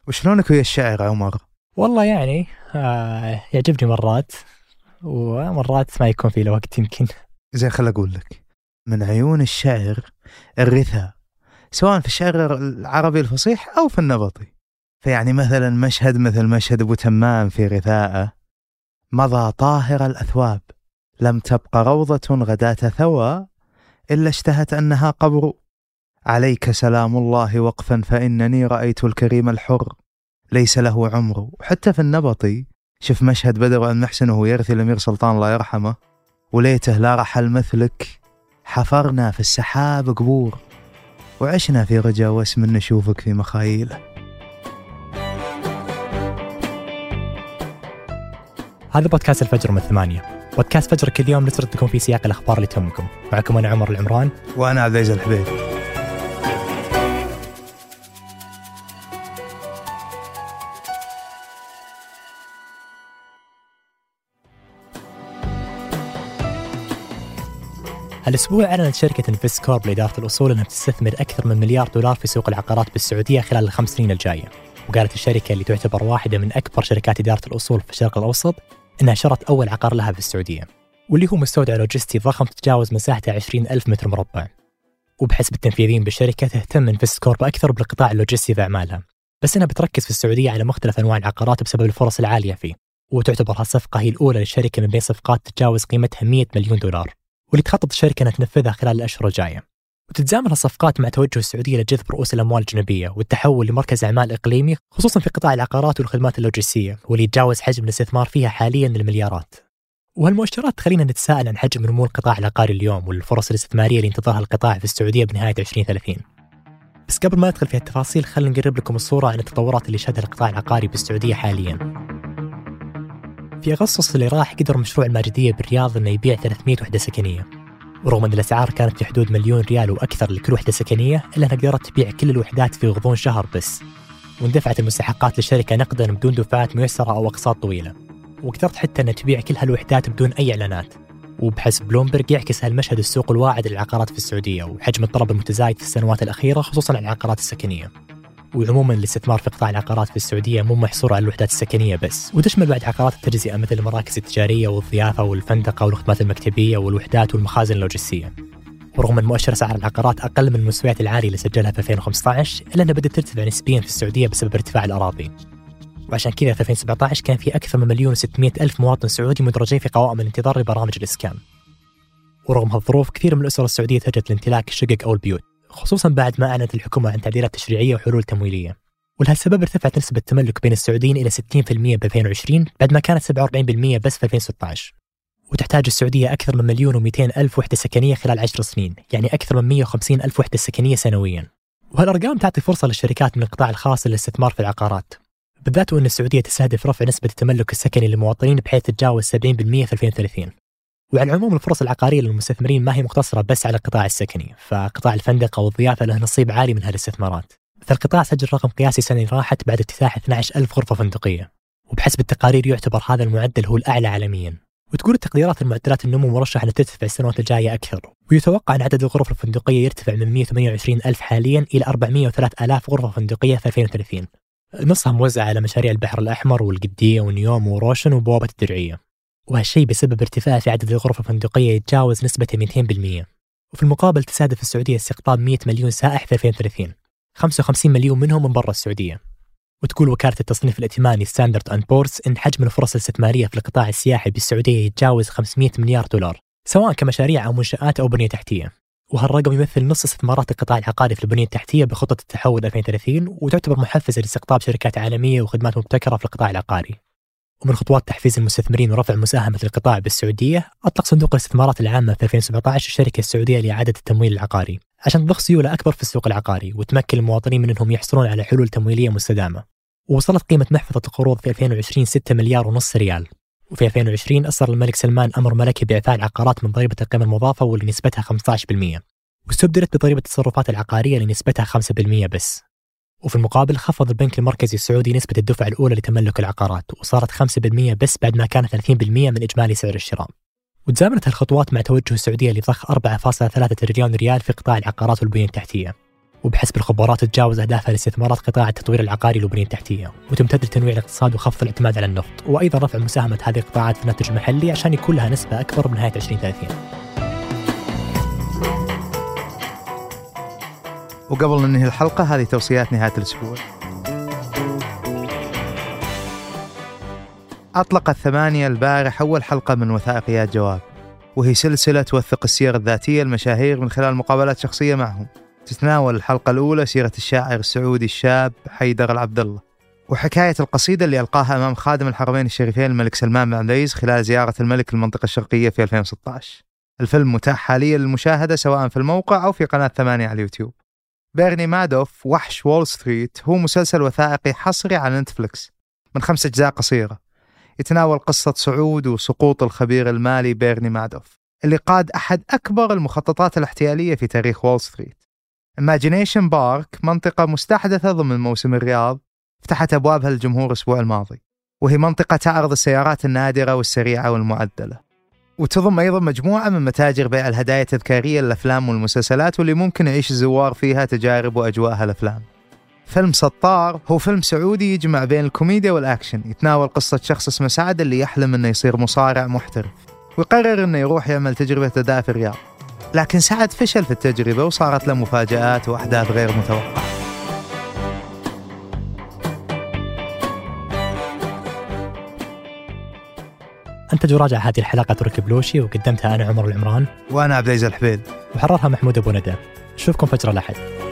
وشلونك ويا الشعر عمر؟ والله يعني يعجبني مرات ومرات ما يكون في له وقت يمكن. زي خل أقول لك، من عيون الشعر الرثاء، سواء في الشعر العربي الفصيح أو في النبطي. فيعني مثلا مشهد مثل مشهد أبو تمام في رثاءه: مضى طاهر الأثواب، لم تبق روضة غداة ثوى، إلا اشتهت أنها قبر، عليك سلام الله وقفا فإنني رأيت الكريم الحر، ليس له عمر. وحتى في النبطي شوف مشهد بدر بن محسن وهو يرثي الأمير سلطان الله يرحمه: وليته لا رحل مثلك، حفرنا في السحاب قبور، وعشنا في رجا واسم نشوفك في مخايله. هذا بودكاست الفجر من 8. بودكاست فجر كل يوم نسرد لكم في سياق الأخبار اللي تهمكم. معكم أنا عمر العمران، وأنا عبد العزيز الحبيب. الأسبوع أعلنت شركة انفستكورب لإدارة الأصول أنها بتستثمر أكثر من $1 مليار في سوق العقارات بالسعودية خلال ال5 سنين الجاية. وقالت الشركة اللي تعتبر واحدة من أكبر شركات إدارة الأصول في الشرق الأوسط أنها شرت أول عقار لها في السعودية، واللي هو مستودع لوجستي ضخم تتجاوز مساحته 20,000 متر مربع. وبحسب التنفيذيين بالشركة تهتم انفستكورب أكثر بالقطاع اللوجستي في أعمالها، بس أنها بتركز في السعودية على مختلف أنواع العقارات بسبب الفرص العالية فيه. وتعتبر هالصفقة هي الأولى للشركة من بين صفقات تتجاوز قيمتها $100 مليون، واللي تخطط الشركة أنها تنفذها خلال الأشهر الجاية. وتتزامن هالصفقات مع توجه السعودية لجذب رؤوس الأموال الأجنبية والتحول لمركز أعمال إقليمي، خصوصا في قطاع العقارات والخدمات اللوجستية، واللي يتجاوز حجم الاستثمار فيها حاليا المليارات. وهالمؤشرات تخلينا نتساءل عن حجم نمو القطاع العقاري اليوم والفرص الاستثمارية اللي ينتظرها القطاع في السعودية بنهاية 2030. بس قبل ما ندخل في التفاصيل خلينا نقرب لكم الصورة عن التطورات اللي شهدها القطاع العقاري بالسعودية حاليا. في أغسطس اللي راح قدر مشروع الماجدية بالرياض أنه يبيع 300 وحدة سكنية، ورغم أن الأسعار كانت في حدود $1 مليون وأكثر لكل وحدة سكنية، إلا أنها قدرت تبيع كل الوحدات في غضون شهر بس. واندفعت المستحقات للشركة نقدا بدون دفعات ميسرة أو أقساط طويلة، وقدرت حتى أن تبيع كل هالوحدات بدون أي إعلانات. وبحسب بلومبرج يعكس هالمشهد السوق الواعد للعقارات في السعودية وحجم الطلب المتزايد في السنوات الأخيرة خصوصا على العقارات السكنية. وعموما الاستثمار في قطاع العقارات في السعودية مو محصور على الوحدات السكنية بس، وتشمل بعد عقارات التجزئة مثل المراكز التجارية والضيافة والفندقة والخدمات المكتبية والوحدات والمخازن اللوجستية. ورغم أن مؤشر أسعار العقارات أقل من المستويات العالية اللي سجلها في 2015، إلا أنها بدأت ترتفع نسبيا في السعودية بسبب ارتفاع الأراضي. وعشان كذا في 2017 كان في أكثر من 1,600,000 مواطن سعودي مدرجين في قوائم الانتظار لبرامج الإسكان. ورغم هالظروف كثير من الأسر السعودية اتجهت لامتلاك الشقق أو البيوت، خصوصا بعد ما أعلنت الحكومة عن تعديلات تشريعية وحلول تمويلية. ولهالسبب ارتفعت نسبة التملك بين السعوديين إلى 60% ب 2020 بعد ما كانت 47% بس في 2016. وتحتاج السعودية أكثر من 1,200,000 وحدة سكنية خلال 10 سنين، يعني أكثر من 150,000 وحدة سكنية سنويا. وهالأرقام تعطي فرصة للشركات من القطاع الخاص للاستثمار في العقارات، بالذات وأن السعودية تستهدف رفع نسبة التملك السكني للمواطنين بحيث تتجاوز 70% في 2030. وعلى العموم الفرص العقارية للمستثمرين ما هي مقتصرة بس على القطاع السكني، فقطاع الفندقة والضيافة له نصيب عالي من هالاستثمارات. فالقطاع سجل رقم قياسي سنة راحت بعد افتتاح 12,000 غرفة فندقية، وبحسب التقارير يعتبر هذا المعدل هو الأعلى عالميا. وتقول التقديرات المعدلات النمو مرشح أن ترتفع السنوات الجاية أكثر، ويتوقع أن عدد الغرف الفندقية يرتفع من 128,000 حاليا إلى 403,000 غرفة فندقية في 2030. نصها موزعة على مشاريع البحر الأحمر والقدية ونيوم وروشن وبوابة الدرعية، وهالشيء بسبب ارتفاع في عدد الغرف الفندقية يتجاوز نسبة 200%. وفي المقابل تستهدف السعودية استقطاب 100 مليون سائح في 2030، 55 مليون منهم من برا السعودية. وتقول وكالة التصنيف الائتماني ستاندرد أند بورس إن حجم الفرص الاستثمارية في القطاع السياحي بالسعودية يتجاوز $500 مليار، سواء كمشاريع أو منشآت أو بنية تحتية. وهالرقم يمثل نص استثمارات القطاع العقاري في البنية التحتية بخطة التحول 2030، وتعتبر محفزة لاستقطاب شركات عالمية وخدمات مبتكرة في القطاع العقاري. ومن خطوات تحفيز المستثمرين ورفع مساهمة القطاع بالسعودية، أطلق صندوق الاستثمارات العامة في 2017 الشركة السعودية لإعادة التمويل العقاري عشان تضخ سيولة أكبر في السوق العقاري وتمكن المواطنين من أنهم يحصلون على حلول تمويلية مستدامة. ووصلت قيمة محفظة القروض في 2020 6.5 مليار ريال. وفي 2020 أصدر الملك سلمان أمر ملكي بإعفاء العقارات من ضريبة القيمة المضافة واللي نسبتها 15%، واستبدلت بضريبة التصرفات العقارية اللي نسبتها 5% بس. وفي المقابل خفض البنك المركزي السعودي نسبة الدفعة الأولى لتملك العقارات وصارت 5% بس بعد ما كانت 30% من إجمالي سعر الشراء. وتزامنت هالخطوات مع توجه السعودية لضخ 4.3 تريليون ريال في قطاع العقارات والبنية التحتية، وبحسب الخبراء تتجاوز أهدافها لاستثمارات قطاع التطوير العقاري والبنية التحتية، وتمتد لتنويع الاقتصاد وخفض الاعتماد على النفط، وأيضا رفع مساهمة هذه القطاعات في الناتج المحلي عشان يكون لها نسبة أكبر بنهاية 2030. وقبل ننهي الحلقة، هذه توصيات نهاية الأسبوع. أطلقت 8 البارح أول حلقة من وثائقيات جواب، وهي سلسلة توثق السير الذاتية المشاهير من خلال مقابلات شخصية معهم. تتناول الحلقة الأولى سيرة الشاعر السعودي الشاب حيدر العبد الله، وحكاية القصيدة اللي ألقاها أمام خادم الحرمين الشريفين الملك سلمان بن عبد العزيز خلال زيارة الملك للمنطقة الشرقية في 2016. الفيلم متاح حاليا للمشاهدة سواء في الموقع أو في قناة 8 على اليوتيوب. بيرني مادوف وحش وول ستريت هو مسلسل وثائقي حصري على نتفليكس من 5 أجزاء قصيرة، يتناول قصة صعود وسقوط الخبير المالي بيرني مادوف اللي قاد أحد أكبر المخططات الاحتيالية في تاريخ وول ستريت. Imagination Park منطقة مستحدثة ضمن موسم الرياض فتحت أبوابها للجمهور الأسبوع الماضي، وهي منطقة تعرض السيارات النادرة والسريعة والمعدلة، وتضم أيضا مجموعة من متاجر بيع الهدايا التذكارية للأفلام والمسلسلات واللي ممكن يعيش الزوار فيها تجارب وأجواءها الأفلام. فيلم سطار هو فيلم سعودي يجمع بين الكوميديا والأكشن، يتناول قصة شخص اسمه سعد اللي يحلم إنه يصير مصارع محترف ويقرر إنه يروح يعمل تجربة أداء في الرياض، لكن سعد فشل في التجربة وصارت له مفاجآت وأحداث غير متوقعة. أنتج وراجع هذه الحلقة تركي بلوشي، وقدمتها أنا عمر العمران، وأنا عبد العزيز الحبيل، وحررها محمود أبو ندى. نشوفكم فجر الأحد.